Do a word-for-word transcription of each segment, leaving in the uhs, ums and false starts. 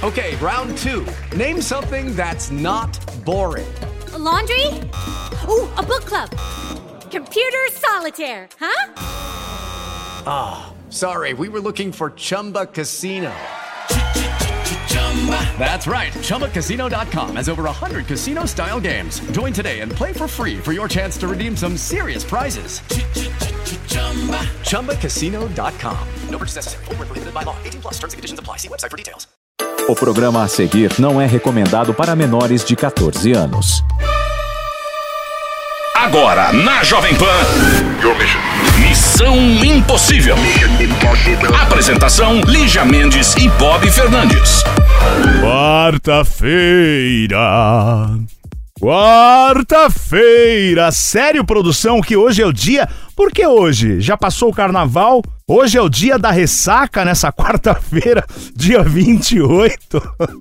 Okay, round two. Name something that's not boring. A laundry? Ooh, a book club. Computer solitaire, huh? Ah, oh, sorry, we were looking for Chumba Casino. That's right, Chumba Casino dot com has over one hundred casino-style games. Join today and play for free for your chance to redeem some serious prizes. Chumba Casino dot com. No purchase necessary. Void where prohibited by law. eighteen plus terms and conditions apply. See website for details. O programa a seguir não é recomendado para menores de catorze anos. Agora, na Jovem Pan, Missão Impossível. Apresentação, Lígia Mendes e Bob Fernandes. Quarta-feira. Quarta-feira. Sério, produção, que hoje é o dia... Por que hoje? Já passou o carnaval? Hoje é o dia da ressaca, nessa quarta-feira, dia vinte e oito.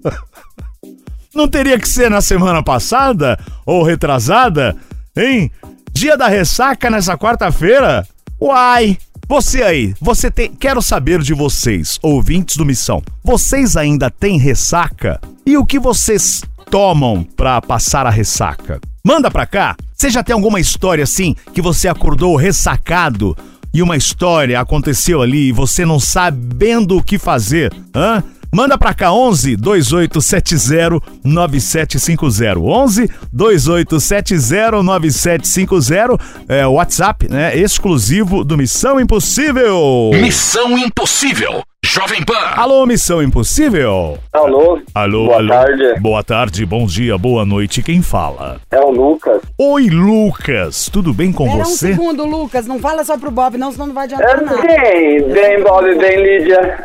Não teria que ser na semana passada? Ou retrasada? Hein? Dia da ressaca nessa quarta-feira? Uai! Você aí, você tem... Quero saber de vocês, ouvintes do Missão. Vocês ainda têm ressaca? E o que vocês tomam pra passar a ressaca? Manda pra cá. Você já tem alguma história assim, que você acordou ressacado e uma história aconteceu ali e você não sabendo o que fazer? Hã? Manda pra cá, onze, dois oito sete zero, nove sete cinco zero. onze, dois oito sete zero, nove sete cinco zero. É o WhatsApp, né? Exclusivo do Missão Impossível. Missão Impossível. Jovem Pan. Alô, Missão Impossível. Alô. Alô, boa alô. tarde. Boa tarde, bom dia, boa noite. Quem fala? É o Lucas. Oi, Lucas. Tudo bem com Pera você? um segundo, Lucas. Não fala só pro Bob, não, senão não vai adiantar É, nada. bem, bem, Bob, bem, Lídia.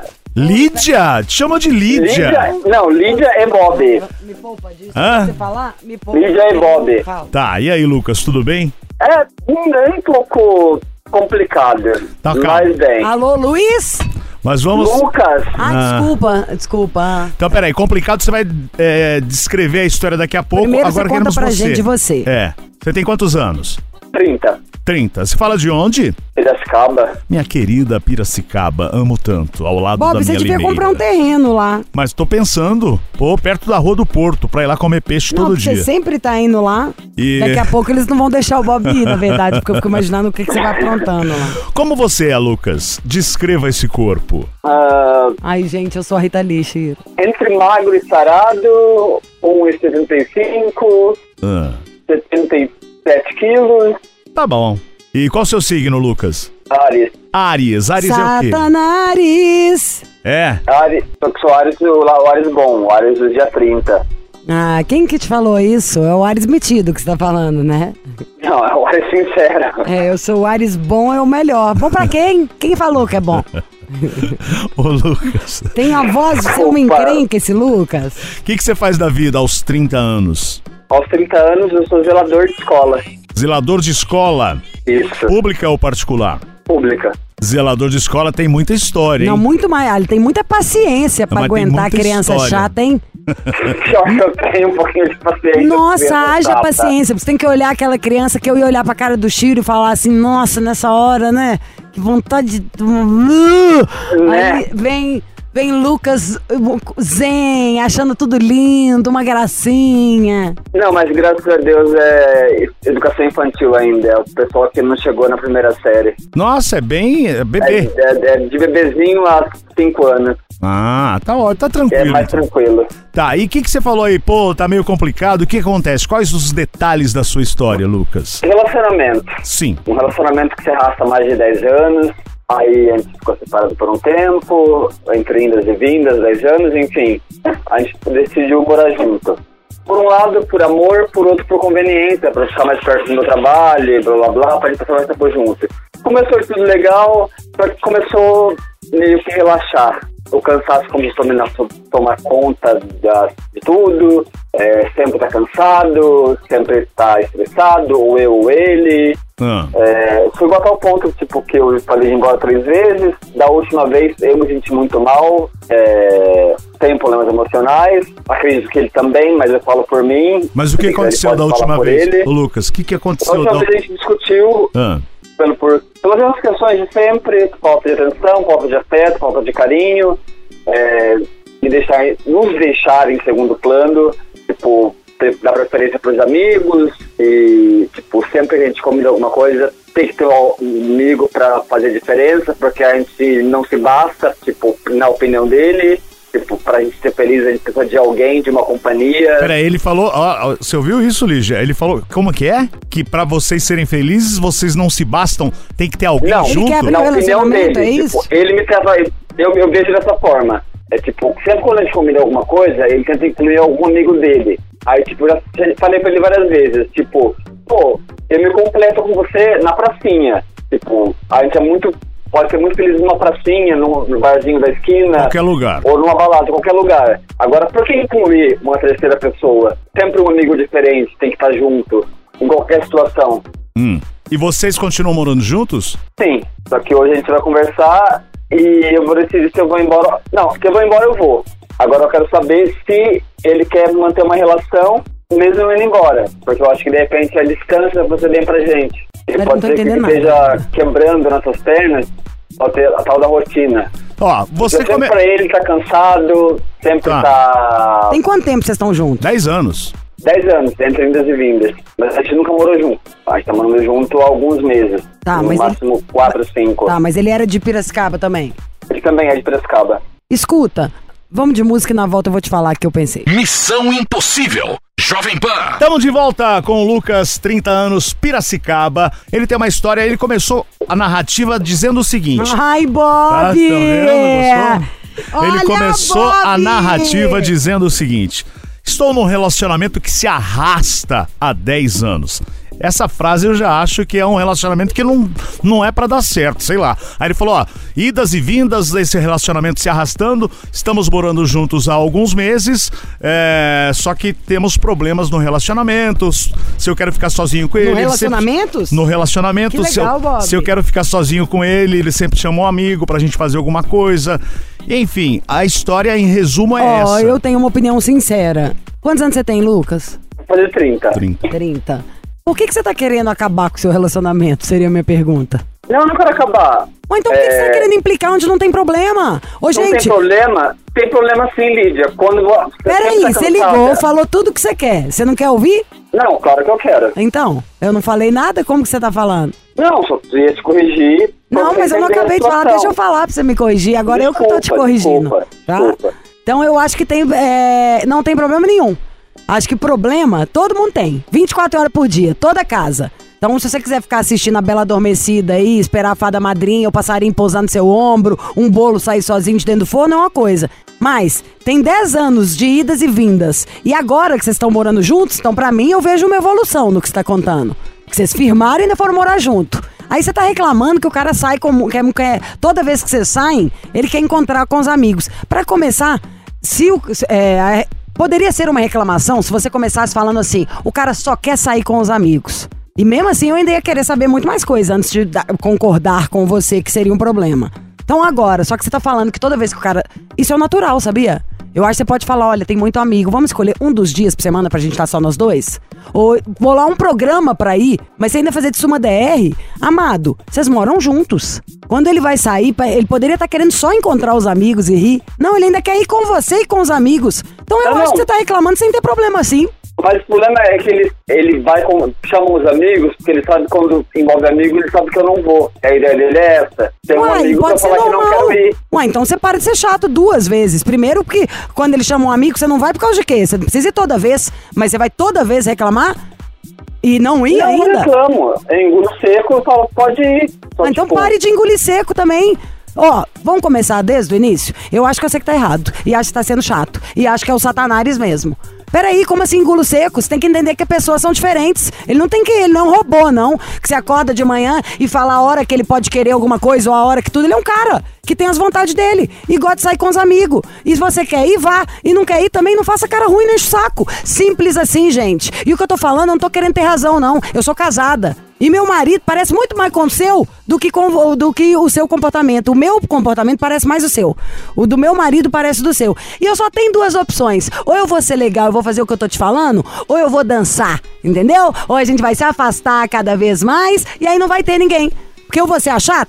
Lídia? Te chama de Lídia. Lídia? Não, Lídia é Bob. Me poupa disso. Hã? Você falar? Me poupa. Lídia e Bob. Fala. Tá, e aí, Lucas, tudo bem? É um pouco complicado, Tá, calma. mas bem. Alô, Luiz? Mas vamos... Lucas, Ah, Ah. desculpa, desculpa. Então, peraí, complicado, você vai é, descrever a história daqui a pouco. Primeiro Agora você conta queremos pra você. gente de você. É. Você tem quantos anos? trinta. trinta. Você fala de onde? Piracicaba. Minha querida Piracicaba, amo tanto, ao lado Bob, da você minha devia Limeira. comprar um terreno lá. Mas tô pensando, pô, perto da Rua do Porto, pra ir lá comer peixe Não, todo porque dia. você sempre tá indo lá. E- Daqui a pouco eles não vão deixar o Bob ir, na verdade, porque eu fico imaginando o que, que você vai aprontando lá. Como você é, Lucas? Descreva esse corpo. Ah, Ai, gente, eu sou a Rita Lee, Chiro. entre magro e sarado, um e setenta e cinco, Ah, setenta e sete quilos, tá bom. E qual o seu signo, Lucas? Ares. Aries. Aries é o quê? Satanares! É. Ares, só que sou Ares, o o Ares bom, o Ares do dia trinta. Ah, quem que te falou isso? É o Ares metido que você tá falando, né? Não, é o Ares sincero. É, eu sou o Ares bom, é o melhor. Bom pra quem? Quem falou que é bom? Ô, Lucas, Tem a voz de ser uma Opa. encrenca esse Lucas? o que, que você faz da vida aos trinta anos? Aos trinta anos eu sou zelador de escola. Zelador de escola, Isso, pública ou particular? pública. Zelador de escola tem muita história, hein? Não, muito mais. Ele tem muita paciência pra Mas tem aguentar a muita criança história. chata, hein? Pior que eu tenho um pouquinho de paciência. Nossa, criança haja chata. paciência. Você tem que olhar aquela criança que eu ia olhar pra cara do Chiro e falar assim, nossa, nessa hora, né? Que vontade de... Né? Aí vem... Vem Lucas zen, achando tudo lindo, uma gracinha. Não, mas graças a Deus é educação infantil ainda. É o pessoal que não chegou na primeira série. Nossa, é bem é É, bebê. é- é de bebezinho a cinco anos. Ah, tá ótimo, tá É tranquilo. mais tranquilo. Tá, e o que, que você falou aí? Pô, tá meio complicado. O que acontece? Quais os detalhes da sua história, Lucas? Relacionamento. Sim. Um relacionamento que se arrasta mais de dez anos. Aí a gente ficou separado por um tempo, entre indas e vindas, dez anos, enfim. A gente decidiu morar junto. Por um lado, por amor, por outro, por conveniência, pra ficar mais perto do meu trabalho, e blá blá blá, pra gente passar mais tempo junto. Começou tudo legal, só que começou meio que relaxar. O cansaço começou a tomar conta da, de tudo, é, sempre tá cansado, sempre tá estressado, ou eu ou ele. Ah. É, fui botar ao ponto, tipo, que eu falei de ir embora três vezes. Da última vez eu me senti muito mal, é, tenho problemas emocionais, acredito que ele também, mas eu falo por mim. Mas o que Ele aconteceu pode da falar última por vez? ele. Ô, Lucas, o que, que Da aconteceu última da... vez a gente discutiu Ah. pelo, por, pelas mesmas questões de sempre, falta de atenção, falta de afeto, falta de carinho. É, me deixar, nos deixar em segundo plano, tipo, dar preferência pros amigos e, tipo, sempre que a gente combina alguma coisa, tem que ter um amigo pra fazer diferença, porque a gente não se basta, tipo, na opinião dele. Tipo, pra gente ser feliz, a gente precisa de alguém, de uma companhia. Peraí, ele falou, ó, você ouviu isso, Lígia? Ele falou, como que é? Que pra vocês serem felizes, vocês não se bastam, tem que ter alguém não, junto? Ele na opinião dele, é isso? Tipo, ele me trava, eu, eu vejo dessa forma. É tipo, sempre quando a gente combina alguma coisa, ele tenta incluir algum amigo dele. Aí, tipo, já falei pra ele várias vezes, tipo, pô, eu me completo com você na pracinha. Tipo, a gente é muito... Pode ser muito feliz numa pracinha, no, no barzinho da esquina. Qualquer lugar. Ou numa balada, qualquer lugar. Agora, por que incluir uma terceira pessoa? Sempre um amigo diferente, tem que estar junto, em qualquer situação. Hum. E vocês continuam morando juntos? Sim, só que hoje a gente vai conversar e eu vou decidir se eu vou embora. Não, se eu vou embora, eu vou. Agora eu quero saber se ele quer manter uma relação, mesmo indo embora. Porque eu acho que, de repente, a distância vai ser bem pra gente. Ele pode ser que ele esteja quebrando nossas pernas a tal da rotina. Ó, você sempre come... pra ele tá cansado, sempre tá. tá... Tem quanto tempo vocês estão juntos? Dez anos. Dez anos, entre indas e vindas. Mas a gente nunca morou junto. A gente tá morando junto há alguns meses. Tá, no mas máximo ele... quatro, cinco. Tá, mas ele era de Piracicaba também? Ele também é de Piracicaba. Escuta, vamos de música e na volta eu vou te falar o que eu pensei. Missão Impossível, Jovem Pan. Estamos de volta com o Lucas, trinta anos, Piracicaba. Ele tem uma história, ele começou a narrativa dizendo o seguinte. Ai, Bob! Tá, tá vendo? Gostou? Ele Olha, começou Bob! a narrativa dizendo o seguinte: estou num relacionamento que se arrasta há dez anos. Essa frase eu já acho que é um relacionamento que não, não é pra dar certo, sei lá. Aí ele falou, ó, idas e vindas desse relacionamento se arrastando, estamos morando juntos há alguns meses, é, só que temos problemas no relacionamento, se eu quero ficar sozinho com ele... No relacionamentos? Sempre, no relacionamento, que legal, se, eu, Bob. se eu quero ficar sozinho com ele, ele sempre chama um amigo pra gente fazer alguma coisa. Enfim, a história em resumo é Ó, essa. eu tenho uma opinião sincera. Quantos anos você tem, Lucas? Vou fazer trinta. trinta. trinta. Por que, que você tá querendo acabar com o seu relacionamento? Seria a minha pergunta. Não, eu não quero acabar. Ou então por que, É... que você tá querendo implicar onde não tem problema? Ô, Não gente... tem problema? Tem problema sim, Lídia. Quando você Peraí, tá você cansada- ligou, falou tudo o que você quer. Você não quer ouvir? Não, claro que eu quero. Então, eu não falei nada? Como que você tá falando? Não, só ia te corrigir. pra Não, você mas eu não entender a acabei de falar. situação. Deixa eu falar pra você me corrigir. Agora eu que tô te Desculpa, corrigindo. desculpa, Tá? desculpa. Então eu acho que tem, é, não tem problema nenhum. Acho que problema todo mundo tem. vinte e quatro horas por dia, toda casa. Então, se você quiser ficar assistindo a Bela Adormecida aí, esperar a fada madrinha, o passarinho pousar no seu ombro, um bolo sair sozinho de dentro do forno, é uma coisa. Mas, tem dez anos de idas e vindas. E agora que vocês estão morando juntos, então pra mim eu vejo uma evolução no que você tá contando. Que vocês firmaram e ainda foram morar junto. Aí você tá reclamando que o cara sai com... Quer, quer, toda vez que vocês saem, ele quer encontrar com os amigos. Pra começar, se o... É, poderia ser uma reclamação se você começasse falando assim, o cara só quer sair com os amigos. E mesmo assim eu ainda ia querer saber muito mais coisa antes de da- concordar com você que seria um problema. Então agora, só que você tá falando que toda vez que o cara... Isso é o natural, sabia? Eu acho que você pode falar, olha, tem muito amigo, vamos escolher um dos dias por semana pra gente estar só nós dois? Ou bolar um programa pra ir, mas você ainda fazer de suma D R? Amado, vocês moram juntos. Quando ele vai sair, ele poderia estar querendo só encontrar os amigos e rir. Não, ele ainda quer ir com você e com os amigos. Então eu Não, acho não. que você tá reclamando sem ter problema assim. Mas o problema é que ele, ele vai com, chama os amigos, porque ele sabe quando envolve amigo, ele sabe que eu não vou. A ideia dele é essa. Tem um Uai, amigo pra pode ser falar que não normal. quero ir. Ué, então você para de ser chato duas vezes. Primeiro porque quando ele chama um amigo, você não vai por causa de quê? Você não precisa ir toda vez, mas você vai toda vez reclamar? E não ir Não, eu ainda? reclamo. Eu engulo seco, eu falo, pode ir. Só, Ah, então tipo, pare de engolir seco também. Ó, vamos começar desde o início? Eu acho que eu sei que tá errado. E acho que tá sendo chato. E acho que é o Satanás mesmo. Peraí, como assim engulo seco? Você tem que entender que as pessoas são diferentes. Ele não tem que... Ele não é um robô, não. Que você acorda de manhã e fala a hora que ele pode querer alguma coisa ou a hora que tudo. Ele é um cara que tem as vontades dele. E gosta de sair com os amigos. E se você quer ir, vá. E não quer ir também, não faça cara ruim, não enche o saco. Simples assim, gente. E o que eu tô falando, eu não tô querendo ter razão, não. Eu sou casada. E meu marido parece muito mais com o seu do que, com, do que o seu comportamento. O meu comportamento parece mais o seu. O do meu marido parece do seu. E eu só tenho duas opções. Ou eu vou ser legal, eu vou fazer o que eu tô te falando, ou eu vou dançar, entendeu? Ou a gente vai se afastar cada vez mais e aí não vai ter ninguém. Porque eu vou ser a chata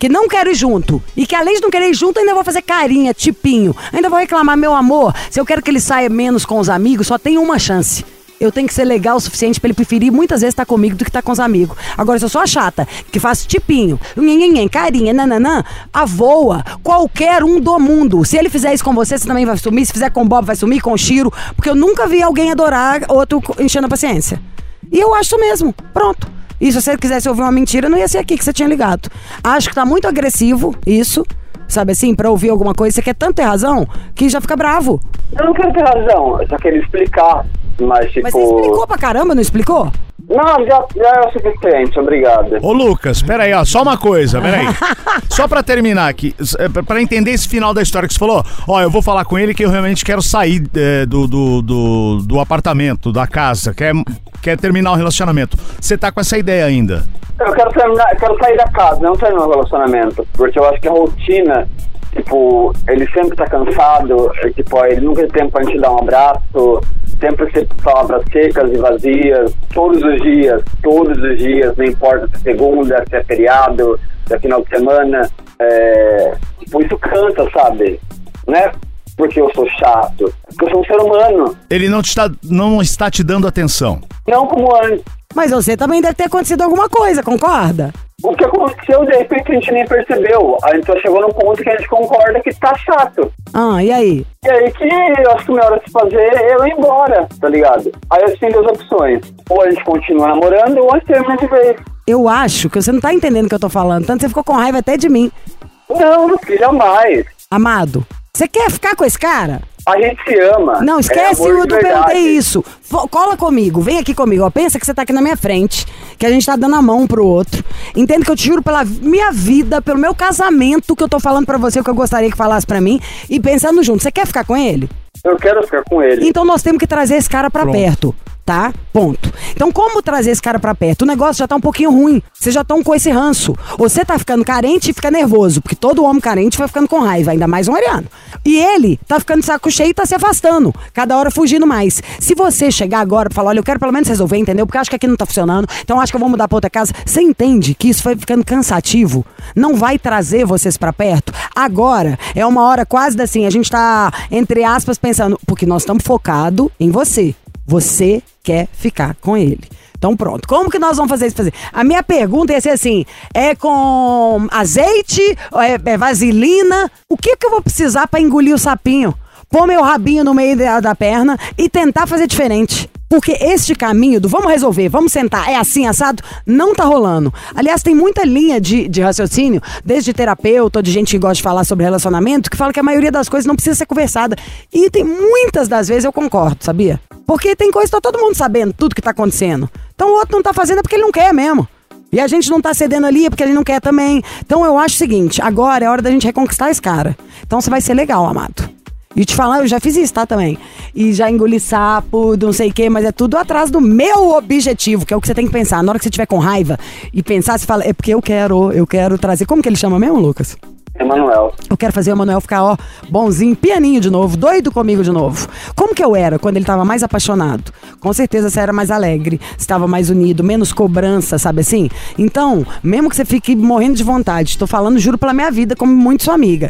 que não quero ir junto, e que além de não querer ir junto, ainda vou fazer carinha, tipinho, ainda vou reclamar, meu amor, se eu quero que ele saia menos com os amigos, só tem uma chance. Eu tenho que ser legal o suficiente pra ele preferir muitas vezes estar comigo do que estar com os amigos. Agora, se eu sou a chata, que faço tipinho, nhenhenhen, carinha, nananã, a voa, qualquer um do mundo. Se ele fizer isso com você, você também vai sumir. Se fizer com o Bob, vai sumir, com o Chiro. Porque eu nunca vi alguém adorar outro enchendo a paciência. E eu acho mesmo. Pronto. E se você quisesse ouvir uma mentira, não ia ser aqui que você tinha ligado. Acho que tá muito agressivo isso. Sabe assim, pra ouvir alguma coisa, você quer tanto ter razão que já fica bravo. Eu não quero ter razão, eu só quero explicar. Mas, tipo... Mas você explicou pra caramba, não explicou? Não, já, já é o suficiente, obrigado. Ô Lucas, peraí, ó, só uma coisa, peraí. Só pra terminar aqui, pra entender esse final da história que você falou, ó, eu vou falar com ele que eu realmente quero sair é, do, do, do, do apartamento, da casa, quer, quer terminar o relacionamento. Você tá com essa ideia ainda? Eu quero, terminar, eu quero sair da casa, não terminar o relacionamento, porque eu acho que a rotina... Tipo, ele sempre tá cansado, tipo, ele nunca tem tempo pra gente dar um abraço, sempre ser palavras secas e vazias, todos os dias, todos os dias, não importa se é segunda, se é feriado, se é final de semana, é... tipo, isso cansa, sabe? Não é porque eu sou chato, porque eu sou um ser humano. Ele não, te está, não está te dando atenção. Não como antes. Mas você também deve ter acontecido alguma coisa, concorda? O que aconteceu, de repente, a gente nem percebeu. A gente só chegou num ponto que a gente concorda que tá chato. Ah, e aí? E aí que eu acho que a melhor de se fazer é eu ir embora, tá ligado? Aí a gente tem duas opções. Ou a gente continua namorando, ou a gente termina de vez. Eu acho que você não tá entendendo o que eu tô falando. Tanto você ficou com raiva até de mim. Não, não fiz jamais. Amado, você quer ficar com esse cara? A gente se ama. Não, esquece, é eu não perguntei isso. F- cola comigo, vem aqui comigo. Ó, pensa que você tá aqui na minha frente, que a gente tá dando a mão um pro outro. Entende que eu te juro pela minha vida, pelo meu casamento, que eu tô falando pra você o que eu gostaria que falasse pra mim. E pensando junto, você quer ficar com ele? Eu quero ficar com ele. Então nós temos que trazer esse cara pra Pronto. perto, tá? Ponto. Então como trazer esse cara pra perto? O negócio já tá um pouquinho ruim. Vocês já estão com esse ranço. Você tá ficando carente e fica nervoso, porque todo homem carente vai ficando com raiva, ainda mais um ariano. E ele tá ficando de saco cheio e tá se afastando, cada hora fugindo mais. Se você chegar agora e falar, olha, eu quero pelo menos resolver, entendeu? Porque eu acho que aqui não tá funcionando, então eu acho que eu vou mudar pra outra casa. Você entende que isso vai ficando cansativo? Não vai trazer vocês pra perto? Agora é uma hora quase assim, a gente tá, entre aspas, pensando, porque nós estamos focados em você. Você quer ficar com ele. Então pronto, como que nós vamos fazer isso? Fazer? A minha pergunta ia ser assim, é com azeite, é, é vaselina? O que que eu vou precisar pra engolir o sapinho? Pôr meu rabinho no meio da, da perna e tentar fazer diferente. Porque este caminho do vamos resolver, vamos sentar, é assim, assado, não tá rolando. Aliás, tem muita linha de, de raciocínio, desde terapeuta, de gente que gosta de falar sobre relacionamento, que fala que a maioria das coisas não precisa ser conversada. E tem muitas das vezes eu concordo, sabia? Porque tem coisa que tá todo mundo sabendo, tudo que tá acontecendo. Então o outro não tá fazendo é porque ele não quer mesmo. E a gente não tá cedendo ali é porque ele não quer também. Então eu acho o seguinte, agora é hora da gente reconquistar esse cara. Então você vai ser legal, amado. E te falar, eu já fiz isso, tá, também. E já engoli sapo, não sei o quê, mas é tudo atrás do meu objetivo, que é o que você tem que pensar. Na hora que você estiver com raiva e pensar, você fala, é porque eu quero, eu quero trazer... Como que ele chama mesmo, Lucas? Emanuel. Eu quero fazer o Emanuel ficar, ó, bonzinho, pianinho de novo, doido comigo de novo. Como que eu era quando ele tava mais apaixonado? Com certeza você era mais alegre, estava mais unido, menos cobrança, sabe assim? Então, mesmo que você fique morrendo de vontade, tô falando, juro pela minha vida, como muito sua amiga,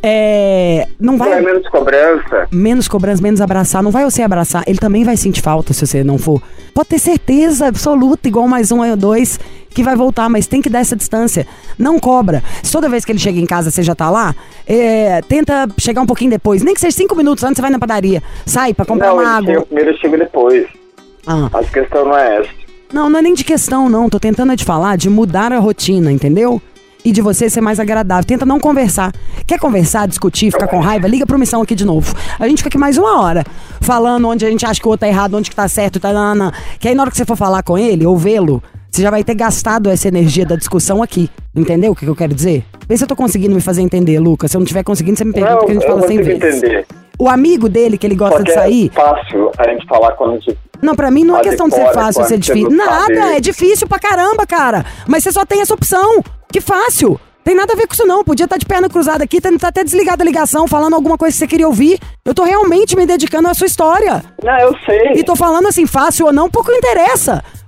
é... Não vai... Não é menos cobrança. Menos cobrança, menos abraçar. Não vai você abraçar, ele também vai sentir falta se você não for. Pode ter certeza absoluta, igual mais um ou dois, que vai voltar, mas tem que dar essa distância. Não cobra. Se toda vez que ele chega em casa você já tá lá, é, tenta chegar um pouquinho depois. Nem que seja cinco minutos antes, você vai na padaria. Sai pra comprar não, uma água. Não, primeiro eu chego depois. Ah. A questão não é essa. Não, não é nem de questão, não. Tô tentando te falar de mudar a rotina, entendeu? E de você ser mais agradável. Tenta não conversar. Quer conversar, discutir, ficar com raiva? Liga pro Missão aqui de novo. A gente fica aqui mais uma hora, falando onde a gente acha que o outro tá errado, onde que tá certo, tá, não, não. Que aí na hora que você for falar com ele, ou vê-lo, você já vai ter gastado essa energia da discussão aqui. Entendeu o que, que eu quero dizer? Vê se eu tô conseguindo me fazer entender, Lucas. Se eu não estiver conseguindo, você me pergunta, porque a gente eu fala sem consigo vezes. entender. O amigo dele, que ele gosta Só que de sair... é fácil a gente falar quando a gente... Não, pra mim não é Fazer questão de ser fora, fácil ou ser quando você difícil. não Nada, sabe. é difícil pra caramba, cara. Mas você só tem essa opção. Que fácil. Tem nada a ver com isso não. Podia estar de perna cruzada aqui, tá até desligado a ligação, falando alguma coisa que você queria ouvir. Eu tô realmente me dedicando à sua história. Não, eu sei. E tô falando assim, fácil ou não, pouco interessa.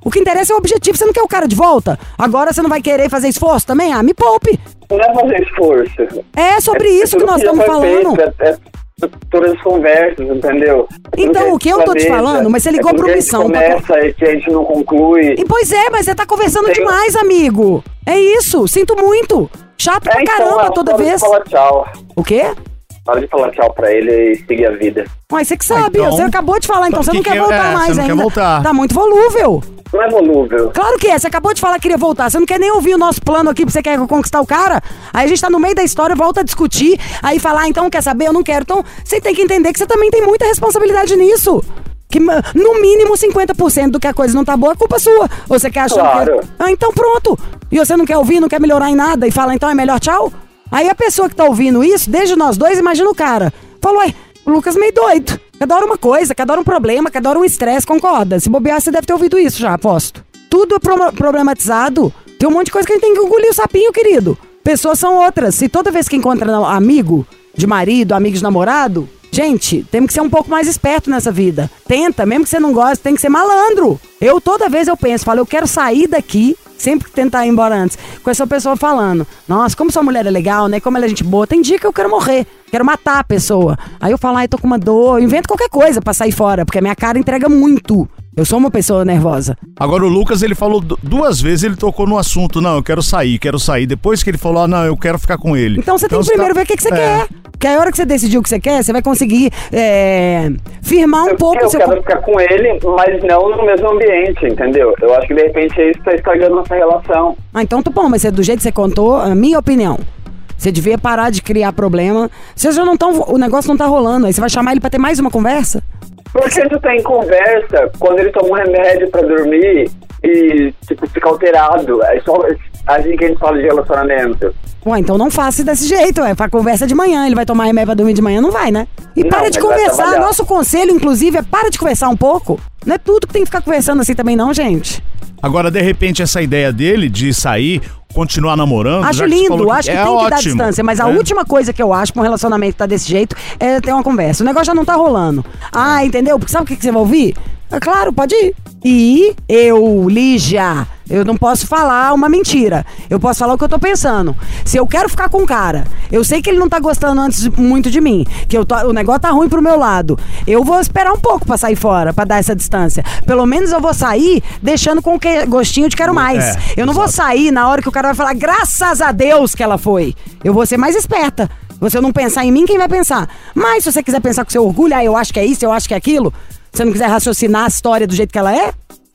O que interessa é o objetivo, você não quer o cara de volta. Agora você não vai querer fazer esforço também? Ah, me poupe. Não é fazer esforço. É sobre é, isso que nós estamos falando. Feito, é, é todas as conversas, entendeu? É então, o que eu tô te falando, mas você ligou é pra omissão. Começa tá... e que a gente não conclui. E, pois é, mas você tá conversando Tem... demais, amigo. É isso, sinto muito. Chato é, pra então, caramba toda vez. Fala tchau. O quê? Para de falar tchau pra ele e seguir a vida. Mas você que sabe, então, você acabou de falar, então você não quer que, voltar é, mais você não ainda. Quer voltar. Tá muito volúvel. Não é volúvel. Claro que é, você acabou de falar que queria voltar. Você não quer nem ouvir o nosso plano aqui, porque você quer conquistar o cara. Aí a gente tá no meio da história, volta a discutir, aí falar, ah, então quer saber, eu não quero. Então você tem que entender que você também tem muita responsabilidade nisso. Que no mínimo cinquenta por cento do que a coisa não tá boa é culpa sua. Ou você quer achar claro. que... Ah, então pronto. E você não quer ouvir, não quer melhorar em nada e fala, então é melhor tchau? Aí a pessoa que tá ouvindo isso, desde nós dois, imagina o cara. Falou, ué, o Lucas meio doido. Cada hora uma coisa, cada hora um problema, cada hora um estresse, concorda? Se bobear, você deve ter ouvido isso já, aposto. Tudo é pro- problematizado. Tem um monte de coisa que a gente tem que engolir o sapinho, querido. Pessoas são outras. Se toda vez que encontra amigo de marido, amigo de namorado, gente, temos que ser um pouco mais esperto nessa vida. Tenta, mesmo que você não goste, tem que ser malandro. Eu, toda vez eu penso, falo, eu quero sair daqui, sempre tentar ir embora antes, com essa pessoa falando, nossa, como sua mulher é legal, né, como ela é gente boa, tem dia que eu quero morrer, quero matar a pessoa. Aí eu falo, ai, tô com uma dor, eu invento qualquer coisa pra sair fora, porque a minha cara entrega muito. Eu sou uma pessoa nervosa. Agora o Lucas, ele falou duas vezes, ele tocou no assunto, não, eu quero sair, quero sair. Depois que ele falou, ah, não, eu quero ficar com ele. Então você então, tem que primeiro tá... ver o que, que você é. quer. Porque a hora que você decidir o que você quer, você vai conseguir é, firmar um eu, pouco eu o seu... quero ficar com ele, mas não no mesmo ambiente, entendeu? Eu acho que de repente isso tá estragando nossa relação. Ah, então tá bom, mas você, do jeito que você contou, a minha opinião, você devia parar de criar problema. Vocês já não estão... O negócio não tá rolando, aí você vai chamar ele pra ter mais uma conversa? Porque a gente tá em conversa quando ele toma um remédio pra dormir e, tipo, fica alterado. É só assim que a gente fala de relacionamento. Ué, então não faça desse jeito, é pra conversa de manhã. Ele vai tomar remédio pra dormir de manhã? Não vai, né? E Não, para de mas vai conversar. trabalhar. Nosso conselho, inclusive, é para de conversar um pouco. Não é tudo que tem que ficar conversando assim também não, gente. Agora, de repente, essa ideia dele de sair, continuar namorando... Acho já que você falou lindo, acho que é tem que ótimo, dar distância, mas a é. última coisa que eu acho pra um relacionamento que tá desse jeito é ter uma conversa. O negócio já não tá rolando. Ah, entendeu? Porque sabe o que, que você vai ouvir? É claro, pode ir. E eu, Lígia, eu não posso falar uma mentira. Eu posso falar o que eu tô pensando. Se eu quero ficar com um cara, eu sei que ele não tá gostando antes muito de mim, que eu tô, o negócio tá ruim pro meu lado, eu vou esperar um pouco pra sair fora, pra dar essa distância. Pelo menos eu vou sair deixando com que, gostinho de quero mais. É, eu não vou sair na hora que o cara vai falar, graças a Deus que ela foi. Eu vou ser mais esperta. Se você não pensar em mim, quem vai pensar? Mas se você quiser pensar com seu orgulho, ah, eu acho que é isso, eu acho que é aquilo, se você não quiser raciocinar a história do jeito que ela é,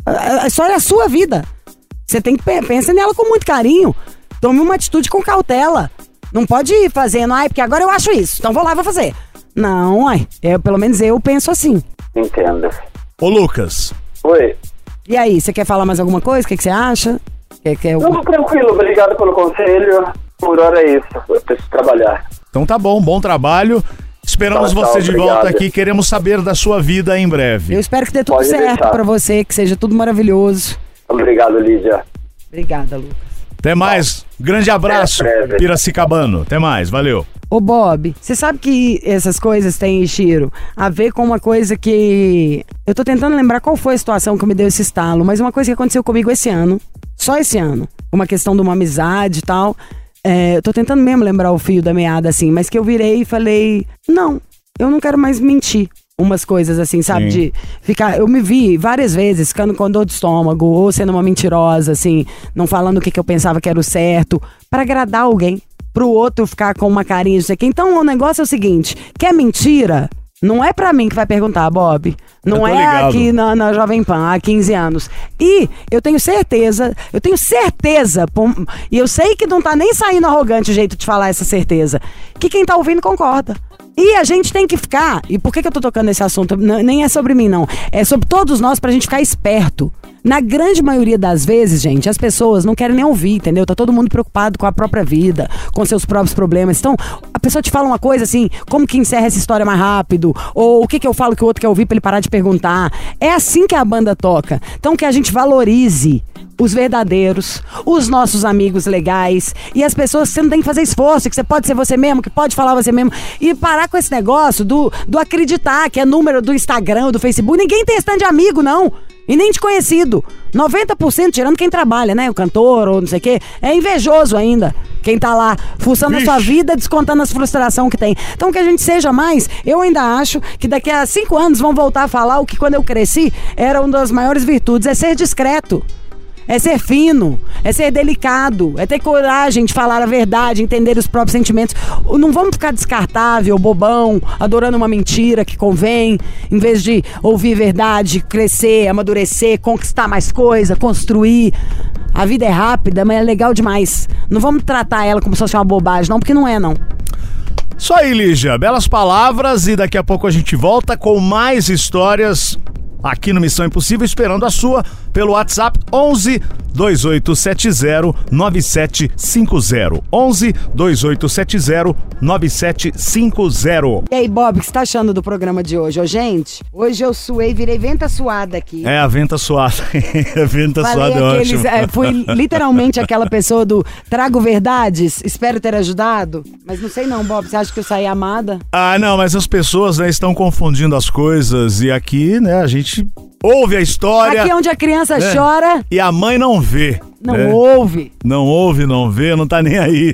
a história é a sua vida. Você tem que pensar nela com muito carinho. Tome uma atitude com cautela. Não pode ir fazendo, ai, porque agora eu acho isso, então vou lá e vou fazer. Não, ai, eu, pelo menos eu penso assim. Entenda. Ô, Lucas. Oi. E aí, você quer falar mais alguma coisa? O que, que você acha? Quer, quer... Não, tranquilo, obrigado pelo conselho. Por hora é isso, eu preciso trabalhar. Então tá bom, bom trabalho. Esperamos Tchau, você tchau, de obrigado. volta aqui. Queremos saber da sua vida em breve. Eu espero que dê tudo Pode certo deixar. pra você, que seja tudo maravilhoso. Obrigado, Lídia. Obrigada, Lucas. Até mais. Grande abraço, Até breve. Piracicabano. Até mais, valeu. Ô, Bob, você sabe que essas coisas têm, Chiro, a ver com uma coisa que... Eu tô tentando lembrar qual foi a situação que me deu esse estalo, mas uma coisa que aconteceu comigo esse ano, só esse ano, uma questão de uma amizade e tal. É, eu tô tentando mesmo lembrar o fio da meada, assim, mas que eu virei e falei, não, eu não quero mais mentir. Umas coisas assim, sabe? Sim. De ficar... Eu me vi várias vezes ficando com dor de estômago, ou sendo uma mentirosa, assim, não falando o que, que eu pensava que era o certo, pra agradar alguém. Pro outro ficar com uma carinha de sei que. Então o negócio é o seguinte: quer mentira? Não é pra mim que vai perguntar, Bob. Não Eu tô é ligado. aqui na, na Jovem Pan, há quinze anos. E eu tenho certeza, eu tenho certeza, pô, e eu sei que não tá nem saindo arrogante o jeito de falar essa certeza, que quem tá ouvindo concorda. E a gente tem que ficar, e por que, que eu tô tocando nesse assunto? N- nem é sobre mim, não. É sobre todos nós, pra gente ficar esperto. Na grande maioria das vezes, gente, as pessoas não querem nem ouvir, entendeu? Tá todo mundo preocupado com a própria vida, com seus próprios problemas. Então, a pessoa te fala uma coisa assim, como que encerra essa história mais rápido? Ou o que que eu falo que o outro quer ouvir pra ele parar de perguntar? É assim que a banda toca. Então, que a gente valorize os verdadeiros, os nossos amigos legais e as pessoas que você não tem que fazer esforço, que você pode ser você mesmo, que pode falar você mesmo e parar com esse negócio do, do acreditar que é número do Instagram, do Facebook. Ninguém tem stand de amigo, não. E nem de conhecido. noventa por cento, tirando quem trabalha, né? O cantor ou não sei o quê. É invejoso ainda. Quem tá lá fuçando a sua vida, descontando as frustrações que tem. Então que a gente seja mais, eu ainda acho que daqui a cinco anos vão voltar a falar o que quando eu cresci era uma das maiores virtudes, é ser discreto. É ser fino, é ser delicado, é ter coragem de falar a verdade, entender os próprios sentimentos. Não vamos ficar descartável, bobão, adorando uma mentira que convém, em vez de ouvir verdade, crescer, amadurecer, conquistar mais coisa, construir. A vida é rápida, mas é legal demais. Não vamos tratar ela como se fosse uma bobagem, não, porque não é, não. Isso aí, Lígia. Belas palavras e daqui a pouco a gente volta com mais histórias aqui no Missão Impossível, esperando a sua pelo WhatsApp onze, dois oito sete zero, nove sete cinco zero. onze, dois oito sete zero, nove sete cinco zero. E aí, Bob, o que você tá achando do programa de hoje? Ô, gente, hoje eu suei, virei venta suada aqui. É, a venta suada. A venta Falei suada é aqueles, ótimo. é, fui literalmente aquela pessoa do trago verdades, espero ter ajudado. Mas não sei não, Bob, você acha que eu saí amada? Ah, não, mas as pessoas, né, estão confundindo as coisas e aqui, né, a gente ouve a história. Aqui é onde a criança né, chora. E a mãe não vê. Não né? ouve. Não ouve, não vê, não tá nem aí.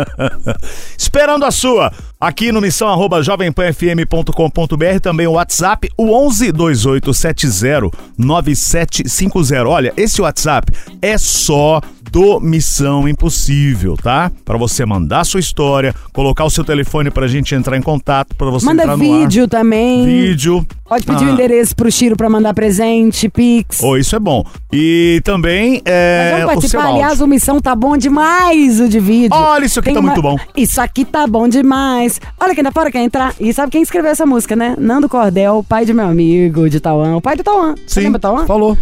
Esperando a sua. Aqui no missão arroba jovem pan f m ponto com ponto b r, também o WhatsApp, o onze, dois oito sete zero, nove sete cinco zero. Olha, esse WhatsApp é só do Missão Impossível, tá? Pra você mandar a sua história, colocar o seu telefone pra gente entrar em contato, pra você Manda entrar no vídeo ar. também. Vídeo. Pode pedir o Ah. endereço pro Chiro pra mandar presente, Pix. Oh, isso é bom. E também é, Mas vamos o seu participar. Aliás, áudio. o Missão tá bom demais, o de vídeo. Olha, isso aqui Tem tá uma- muito bom. Isso aqui tá bom demais. Olha quem tá fora, quer entrar. E sabe quem escreveu essa música, né? Nando Cordel, pai de meu amigo de Tauã. O pai do Tauã. Você Sim, lembra do Tauã? falou.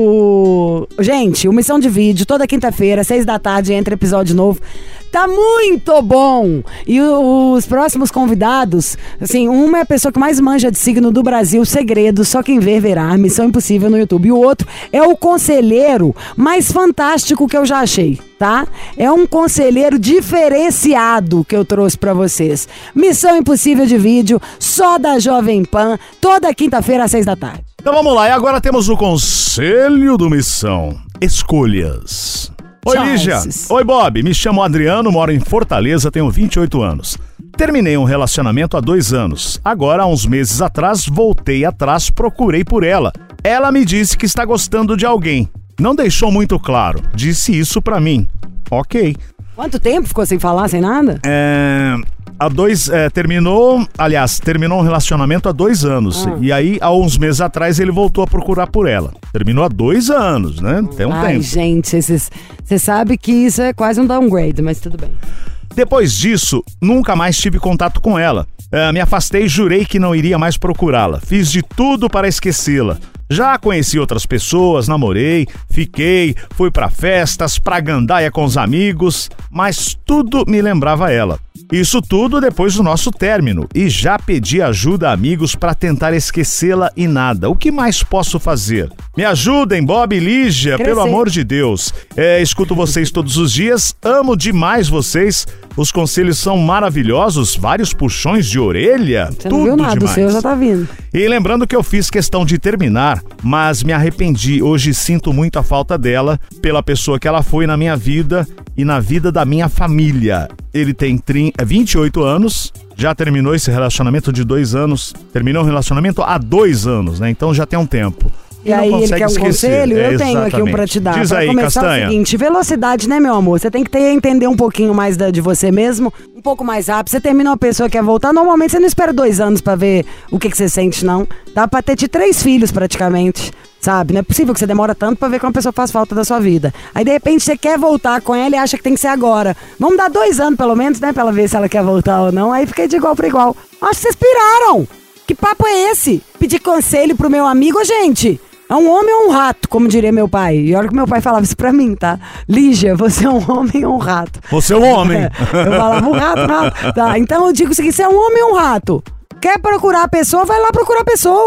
O... Gente, o Missão de Vídeo, toda quinta-feira, seis da tarde, entra episódio novo. Tá muito bom! E o- os próximos convidados, assim, uma é a pessoa que mais manja de signo do Brasil, segredo, só quem ver verá, Missão Impossível no YouTube. E o outro é o conselheiro mais fantástico que eu já achei, tá? É um conselheiro diferenciado que eu trouxe pra vocês. Missão Impossível de Vídeo, só da Jovem Pan, toda quinta-feira às seis da tarde. Então vamos lá, e agora temos o Conselho do Missão. Escolhas. Oi, Lígia. Choices. Oi, Bob. Me chamo Adriano, moro em Fortaleza, tenho vinte e oito anos. Terminei um relacionamento há dois anos. Agora, há uns meses atrás, voltei atrás, procurei por ela. Ela me disse que está gostando de alguém. Não deixou muito claro. Disse isso pra mim. Ok. Quanto tempo ficou sem falar, sem nada? É... Há dois, é, terminou, aliás, terminou um relacionamento há dois anos. Ah. E aí, há uns meses atrás, ele voltou a procurar por ela. Terminou há dois anos, né? Tem um Ai, tempo. gente, você sabe que isso é quase um downgrade, mas tudo bem. Depois disso, nunca mais tive contato com ela. É, me afastei e jurei que não iria mais procurá-la. Fiz de tudo para esquecê-la. Já conheci outras pessoas, namorei, fiquei, fui pra festas, pra gandaia com os amigos, mas tudo me lembrava ela. Isso tudo depois do nosso término, e já pedi ajuda a amigos para tentar esquecê-la e nada. O que mais posso fazer? Me ajudem, Bob e Lígia, Crescer. pelo amor de Deus. É, escuto vocês todos os dias, amo demais vocês. Os conselhos são maravilhosos, vários puxões de orelha, Você tudo não viu nada, demais. o seu já tá vindo. E lembrando que eu fiz questão de terminar, mas me arrependi. Hoje sinto muito a falta dela, pela pessoa que ela foi na minha vida e na vida da minha família. Ele tem trinta, vinte e oito anos, já terminou esse relacionamento de dois anos. Terminou o relacionamento há dois anos, né? Então já tem um tempo. E não aí ele consegue quer um esquecer. conselho? É, Eu tenho aqui um exatamente. pra te dar. Diz pra aí, começar Castanha. é o seguinte, velocidade, né, meu amor? Você tem que ter, entender um pouquinho mais da, de você mesmo, um pouco mais rápido. Você termina uma pessoa que quer voltar, normalmente você não espera dois anos pra ver o que, que você sente, não. Dá pra ter de três filhos, praticamente, sabe? Não é possível que você demora tanto pra ver que uma pessoa faz falta da sua vida. Aí, de repente, você quer voltar com ela e acha que tem que ser agora. Vamos dar dois anos, pelo menos, né, pra ela ver se ela quer voltar ou não. Aí fica de igual pra igual. Acho que vocês piraram! Que papo é esse? Pedir conselho pro meu amigo, gente? É um homem ou um rato, como diria meu pai. E olha que meu pai falava isso pra mim, tá? Lígia, você é um homem ou um rato? Você é um homem. É, eu falava um rato, um rato. Tá, então eu digo o seguinte, você é um homem ou um rato? Quer procurar a pessoa, vai lá procurar a pessoa.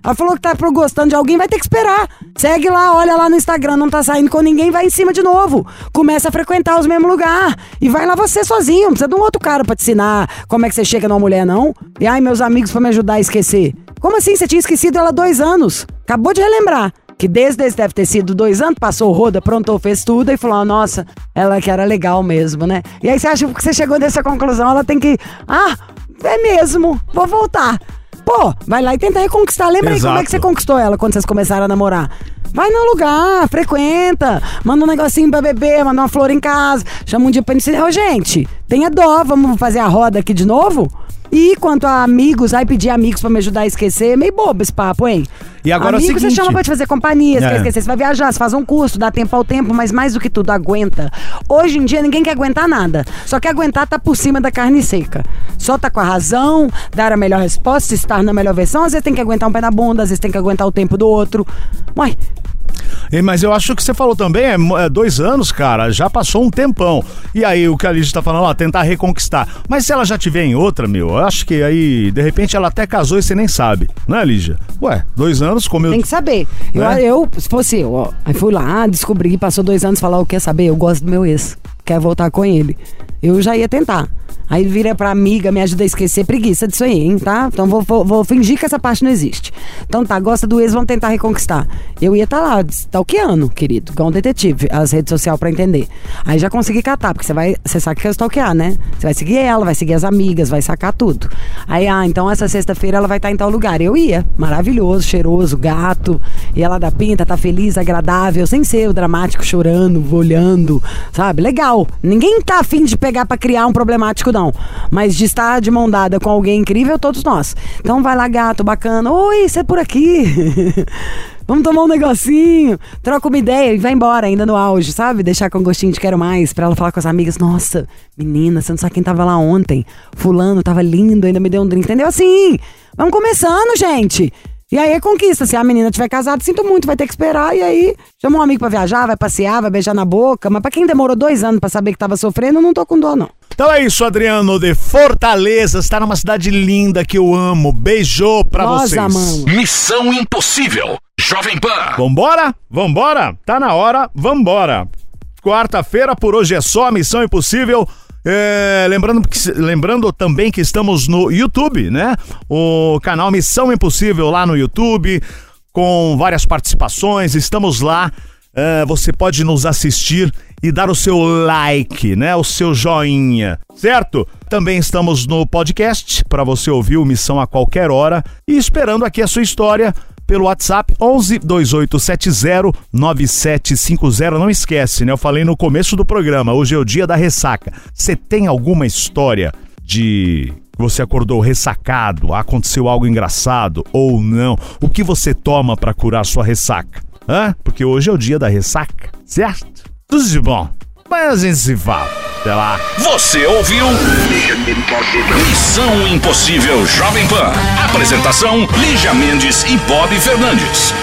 Ela falou que tá gostando de alguém, vai ter que esperar. Segue lá, olha lá no Instagram, não tá saindo com ninguém, vai em cima de novo. Começa a frequentar os mesmos lugares. E vai lá você sozinho, não precisa de um outro cara pra te ensinar como é que você chega numa mulher, não. E ai, meus amigos pra me ajudar a esquecer. Como assim? Você tinha esquecido ela há dois anos. Acabou de relembrar. Que desde esse deve ter sido dois anos, passou roda, prontou, fez tudo e falou, nossa, ela que era legal mesmo, né? E aí você acha que você chegou nessa conclusão, ela tem que, ah, é mesmo, vou voltar. Pô, vai lá e tenta reconquistar. Lembra Exato. aí como é que você conquistou ela quando vocês começaram a namorar? Vai no lugar, frequenta, manda um negocinho pra beber, manda uma flor em casa, chama um dia pra ensinar. Ô, gente, tenha dó, vamos fazer a roda aqui de novo? E quanto a amigos, aí pedir amigos pra me ajudar a esquecer, é meio bobo esse papo, hein? E agora Amigo, é o seguinte, você chama pra te fazer companhia, você É. quer esquecer, você vai viajar, você faz um curso, dá tempo ao tempo, mas mais do que tudo, aguenta. Hoje em dia ninguém quer aguentar nada, só que aguentar tá por cima da carne seca. Só tá com a razão, dar a melhor resposta, estar na melhor versão, às vezes tem que aguentar um pé na bunda, às vezes tem que aguentar o tempo do outro. Uai, E, mas eu acho que você falou também, é, é dois anos, cara, já passou um tempão. E aí o que a Lígia tá falando, ó, tentar reconquistar. Mas se ela já tiver em outra, meu, eu acho que aí, de repente, ela até casou e você nem sabe, não é, Lígia? Ué, dois anos, como eu... tem que saber. Eu, Né? eu, se fosse eu, ó, aí fui lá, descobri, passou dois anos, falar o que saber, eu gosto do meu ex, quero voltar com ele. Eu já ia tentar. Aí vira pra amiga, me ajuda a esquecer, preguiça disso aí, hein, tá? Então vou, vou, vou fingir que essa parte não existe. Então tá, gosta do ex, vamos tentar reconquistar. Eu ia estar tá lá, stalkeando, querido, igual um detetive, as redes sociais pra entender. Aí já consegui catar, porque você vai, você sabe que é stalkear, né? Você vai seguir ela, vai seguir as amigas, vai sacar tudo. Aí, ah, então essa sexta-feira ela vai estar tá em tal lugar. Eu ia, maravilhoso, cheiroso, gato, e ela dá pinta, tá feliz, agradável, sem ser o dramático, chorando, olhando, sabe? Legal. Ninguém tá afim de pegar pra criar um problemático, não. Mas de estar de mão dada com alguém incrível, todos nós. Então vai lá, gato, bacana. Oi, você é por aqui? Vamos tomar um negocinho, troca uma ideia e vai embora, ainda no auge, sabe? Deixar com gostinho de quero mais, pra ela falar com as amigas. Nossa, menina, você não sabe quem tava lá ontem. Fulano tava lindo, ainda me deu um drink, entendeu? Assim, vamos começando, gente. E aí é conquista. Se a menina tiver casada, sinto muito, vai ter que esperar. E aí, chama um amigo pra viajar, vai passear, vai beijar na boca. Mas pra quem demorou dois anos pra saber que tava sofrendo, eu não tô com dor, não. Então é isso, Adriano de Fortaleza, está numa cidade linda que eu amo. Beijo pra Nós vocês. amamos. Missão Impossível. Jovem Pan. Vambora? Vambora? Tá na hora, vambora. Quarta-feira, por hoje é só Missão Impossível. É, lembrando, que, lembrando também que estamos no YouTube, né? O canal Missão Impossível lá no YouTube, com várias participações, estamos lá. É, você pode nos assistir e dar o seu like, né? O seu joinha, certo? Também estamos no podcast para você ouvir o Missão a qualquer hora e esperando aqui a sua história pelo WhatsApp onze, dois oito sete zero, nove sete cinco zero. Não esquece, né? Eu falei no começo do programa, hoje é o dia da ressaca. Você tem alguma história de você acordou ressacado, aconteceu algo engraçado ou não? O que você toma para curar sua ressaca? Hã? Porque hoje é o dia da ressaca, certo? Tudo de bom. Mas a gente se fala. Até lá. Você ouviu? Missão Impossível Jovem Pan. Apresentação: Lígia Mendes e Bob Fernandes.